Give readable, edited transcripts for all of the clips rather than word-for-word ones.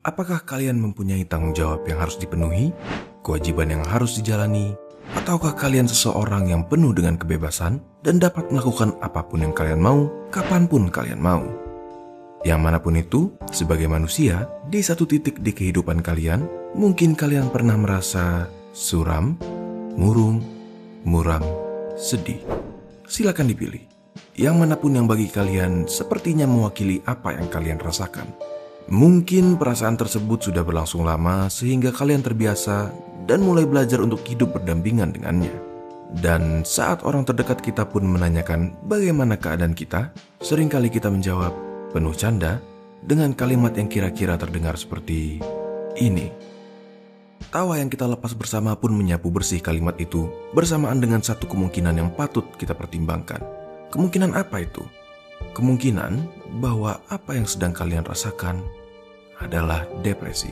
Apakah kalian mempunyai tanggung jawab yang harus dipenuhi, kewajiban yang harus dijalani, ataukah kalian seseorang yang penuh dengan kebebasan dan dapat melakukan apapun yang kalian mau, kapanpun kalian mau? Yang manapun itu, sebagai manusia, di satu titik di kehidupan kalian, mungkin kalian pernah merasa suram, murung, muram, sedih. Silakan dipilih. Yang manapun yang bagi kalian sepertinya mewakili apa yang kalian rasakan. Mungkin perasaan tersebut sudah berlangsung lama sehingga kalian terbiasa dan mulai belajar untuk hidup berdampingan dengannya. Dan saat orang terdekat kita pun menanyakan bagaimana keadaan kita, seringkali kita menjawab penuh canda dengan kalimat yang kira-kira terdengar seperti ini. Tawa yang kita lepas bersama pun menyapu bersih kalimat itu bersamaan dengan satu kemungkinan yang patut kita pertimbangkan. Kemungkinan apa itu? Kemungkinan bahwa apa yang sedang kalian rasakan adalah depresi.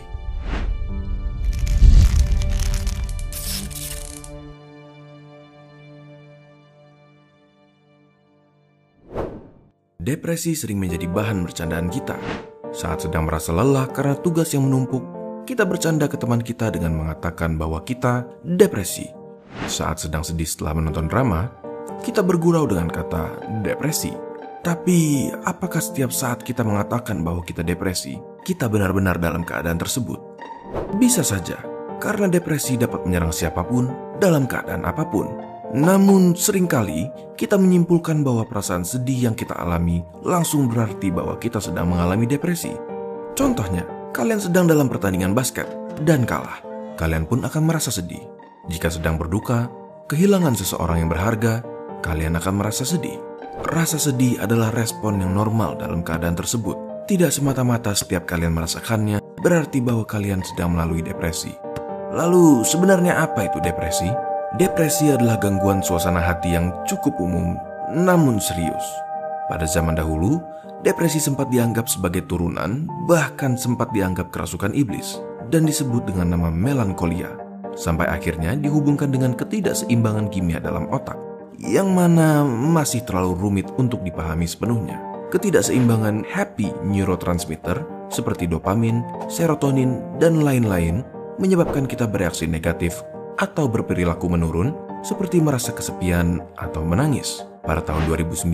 Depresi sering menjadi bahan bercandaan kita. Saat sedang merasa lelah karena tugas yang menumpuk, kita bercanda ke teman kita dengan mengatakan bahwa kita depresi. Saat sedang sedih setelah menonton drama, kita bergurau dengan kata depresi. Tapi, apakah setiap saat kita mengatakan bahwa kita depresi, kita benar-benar dalam keadaan tersebut? Bisa saja, karena depresi dapat menyerang siapapun dalam keadaan apapun. Namun, seringkali kita menyimpulkan bahwa perasaan sedih yang kita alami langsung berarti bahwa kita sedang mengalami depresi. Contohnya, kalian sedang dalam pertandingan basket dan kalah. Kalian pun akan merasa sedih. Jika sedang berduka, kehilangan seseorang yang berharga, kalian akan merasa sedih. Rasa sedih adalah respon yang normal dalam keadaan tersebut. Tidak semata-mata setiap kalian merasakannya berarti bahwa kalian sedang melalui depresi. Lalu sebenarnya apa itu depresi? Depresi adalah gangguan suasana hati yang cukup umum namun serius. Pada zaman dahulu, depresi sempat dianggap sebagai turunan, bahkan sempat dianggap kerasukan iblis dan disebut dengan nama melankolia. Sampai akhirnya dihubungkan dengan ketidakseimbangan kimia dalam otak, yang mana masih terlalu rumit untuk dipahami sepenuhnya. Ketidakseimbangan happy neurotransmitter seperti dopamin, serotonin, dan lain-lain menyebabkan kita bereaksi negatif atau berperilaku menurun seperti merasa kesepian atau menangis. Pada tahun 2019,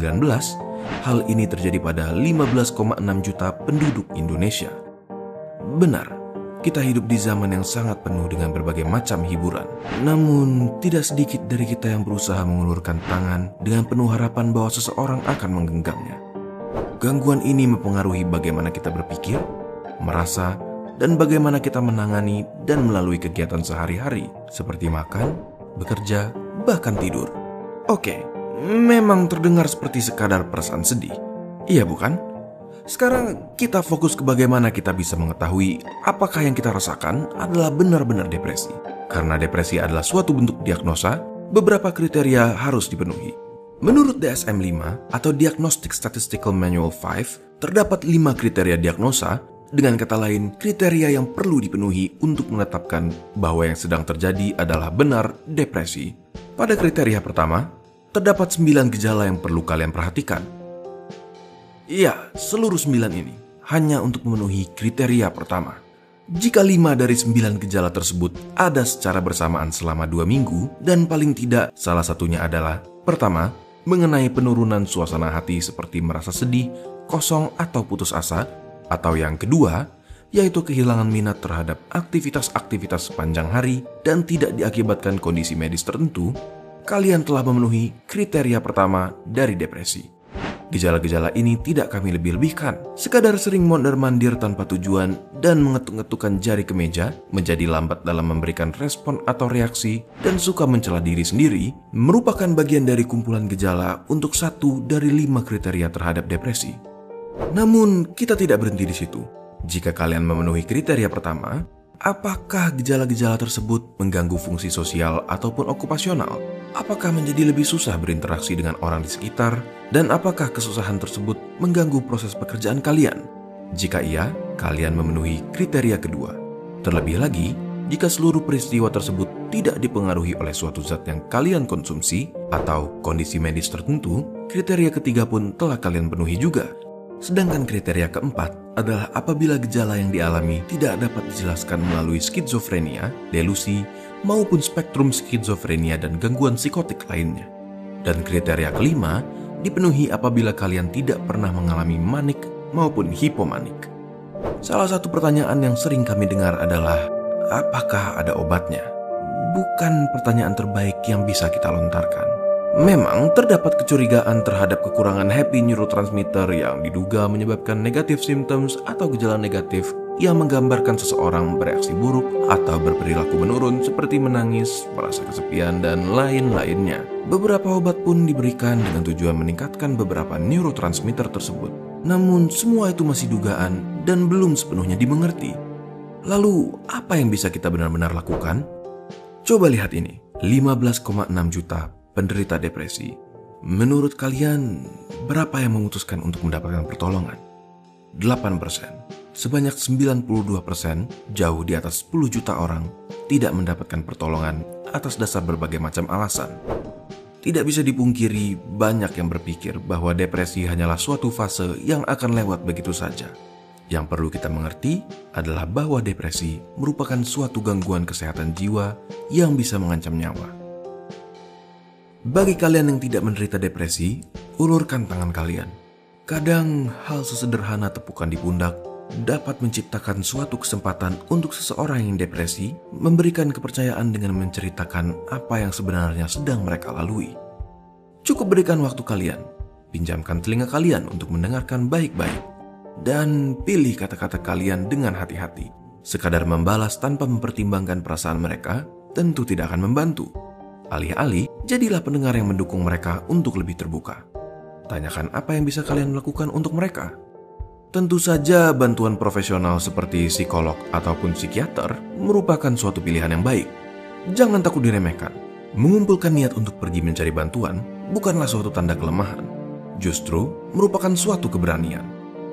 hal ini terjadi pada 15,6 juta penduduk Indonesia. Benar, kita hidup di zaman yang sangat penuh dengan berbagai macam hiburan. Namun, tidak sedikit dari kita yang berusaha mengulurkan tangan dengan penuh harapan bahwa seseorang akan menggenggamnya. Gangguan ini mempengaruhi bagaimana kita berpikir, merasa, dan bagaimana kita menangani dan melalui kegiatan sehari-hari seperti makan, bekerja, bahkan tidur. Oke, memang terdengar seperti sekadar perasaan sedih. Iya bukan? Sekarang kita fokus ke bagaimana kita bisa mengetahui apakah yang kita rasakan adalah benar-benar depresi. Karena depresi adalah suatu bentuk diagnosa, beberapa kriteria harus dipenuhi. Menurut DSM-5 atau Diagnostic Statistical Manual 5, terdapat 5 kriteria diagnosa, dengan kata lain, kriteria yang perlu dipenuhi untuk menetapkan bahwa yang sedang terjadi adalah benar depresi. Pada kriteria pertama, terdapat 9 gejala yang perlu kalian perhatikan. Iya, seluruh 9 ini hanya untuk memenuhi kriteria pertama. Jika 5 dari 9 gejala tersebut ada secara bersamaan selama 2 minggu, dan paling tidak salah satunya adalah pertama, mengenai penurunan suasana hati seperti merasa sedih, kosong atau putus asa, atau yang kedua, yaitu kehilangan minat terhadap aktivitas-aktivitas sepanjang hari dan tidak diakibatkan kondisi medis tertentu, kalian telah memenuhi kriteria pertama dari depresi. Gejala-gejala ini tidak kami lebih-lebihkan. Sekadar sering mondar-mandir tanpa tujuan dan mengetuk-ngetukkan jari ke meja, menjadi lambat dalam memberikan respon atau reaksi, dan suka mencela diri sendiri, merupakan bagian dari kumpulan gejala untuk 1 dari 5 kriteria terhadap depresi. Namun, kita tidak berhenti di situ. Jika kalian memenuhi kriteria pertama, apakah gejala-gejala tersebut mengganggu fungsi sosial ataupun okupasional? Apakah menjadi lebih susah berinteraksi dengan orang di sekitar? Dan apakah kesusahan tersebut mengganggu proses pekerjaan kalian? Jika iya, kalian memenuhi kriteria kedua. Terlebih lagi, jika seluruh peristiwa tersebut tidak dipengaruhi oleh suatu zat yang kalian konsumsi atau kondisi medis tertentu, kriteria ketiga pun telah kalian penuhi juga. Sedangkan kriteria keempat adalah apabila gejala yang dialami tidak dapat dijelaskan melalui skizofrenia, delusi, maupun spektrum skizofrenia dan gangguan psikotik lainnya. Dan kriteria kelima dipenuhi apabila kalian tidak pernah mengalami manik maupun hipomanik. Salah satu pertanyaan yang sering kami dengar adalah, apakah ada obatnya? Bukan pertanyaan terbaik yang bisa kita lontarkan. Memang terdapat kecurigaan terhadap kekurangan happy neurotransmitter yang diduga menyebabkan negative symptoms atau gejala negatif yang menggambarkan seseorang bereaksi buruk atau berperilaku menurun seperti menangis, merasa kesepian, dan lain-lainnya. Beberapa obat pun diberikan dengan tujuan meningkatkan beberapa neurotransmitter tersebut. Namun semua itu masih dugaan dan belum sepenuhnya dimengerti. Lalu apa yang bisa kita benar-benar lakukan? Coba lihat ini, 15,6 juta penderita depresi. Menurut kalian, berapa yang memutuskan untuk mendapatkan pertolongan? 8%. Sebanyak 92% jauh di atas 10 juta orang tidak mendapatkan pertolongan atas dasar berbagai macam alasan. Tidak bisa dipungkiri, banyak yang berpikir bahwa depresi hanyalah suatu fase yang akan lewat begitu saja. Yang perlu kita mengerti adalah bahwa depresi merupakan suatu gangguan kesehatan jiwa yang bisa mengancam nyawa. Bagi kalian yang tidak menderita depresi, ulurkan tangan kalian. Kadang hal sesederhana tepukan di pundak dapat menciptakan suatu kesempatan untuk seseorang yang depresi memberikan kepercayaan dengan menceritakan apa yang sebenarnya sedang mereka lalui. Cukup berikan waktu kalian, pinjamkan telinga kalian untuk mendengarkan baik-baik, dan pilih kata-kata kalian dengan hati-hati. Sekadar membalas tanpa mempertimbangkan perasaan mereka tentu tidak akan membantu. Alih-alih, jadilah pendengar yang mendukung mereka untuk lebih terbuka. Tanyakan apa yang bisa kalian lakukan untuk mereka. Tentu saja bantuan profesional seperti psikolog ataupun psikiater merupakan suatu pilihan yang baik. Jangan takut diremehkan. Mengumpulkan niat untuk pergi mencari bantuan bukanlah suatu tanda kelemahan. Justru merupakan suatu keberanian.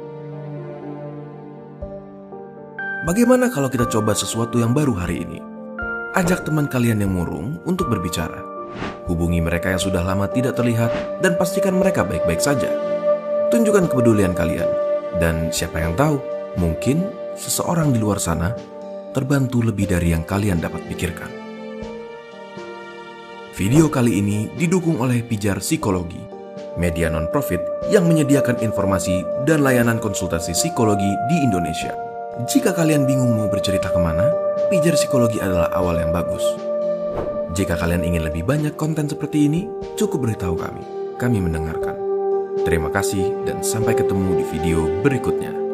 Bagaimana kalau kita coba sesuatu yang baru hari ini? Ajak teman kalian yang murung untuk berbicara. Hubungi mereka yang sudah lama tidak terlihat dan pastikan mereka baik-baik saja. Tunjukkan kepedulian kalian. Dan siapa yang tahu, mungkin seseorang di luar sana terbantu lebih dari yang kalian dapat pikirkan. Video kali ini didukung oleh Pijar Psikologi, media non-profit yang menyediakan informasi dan layanan konsultasi psikologi di Indonesia. Jika kalian bingung mau bercerita kemana, Pijar Psikologi adalah awal yang bagus. Jika kalian ingin lebih banyak konten seperti ini, cukup beritahu kami. Kami mendengarkan. Terima kasih dan sampai ketemu di video berikutnya.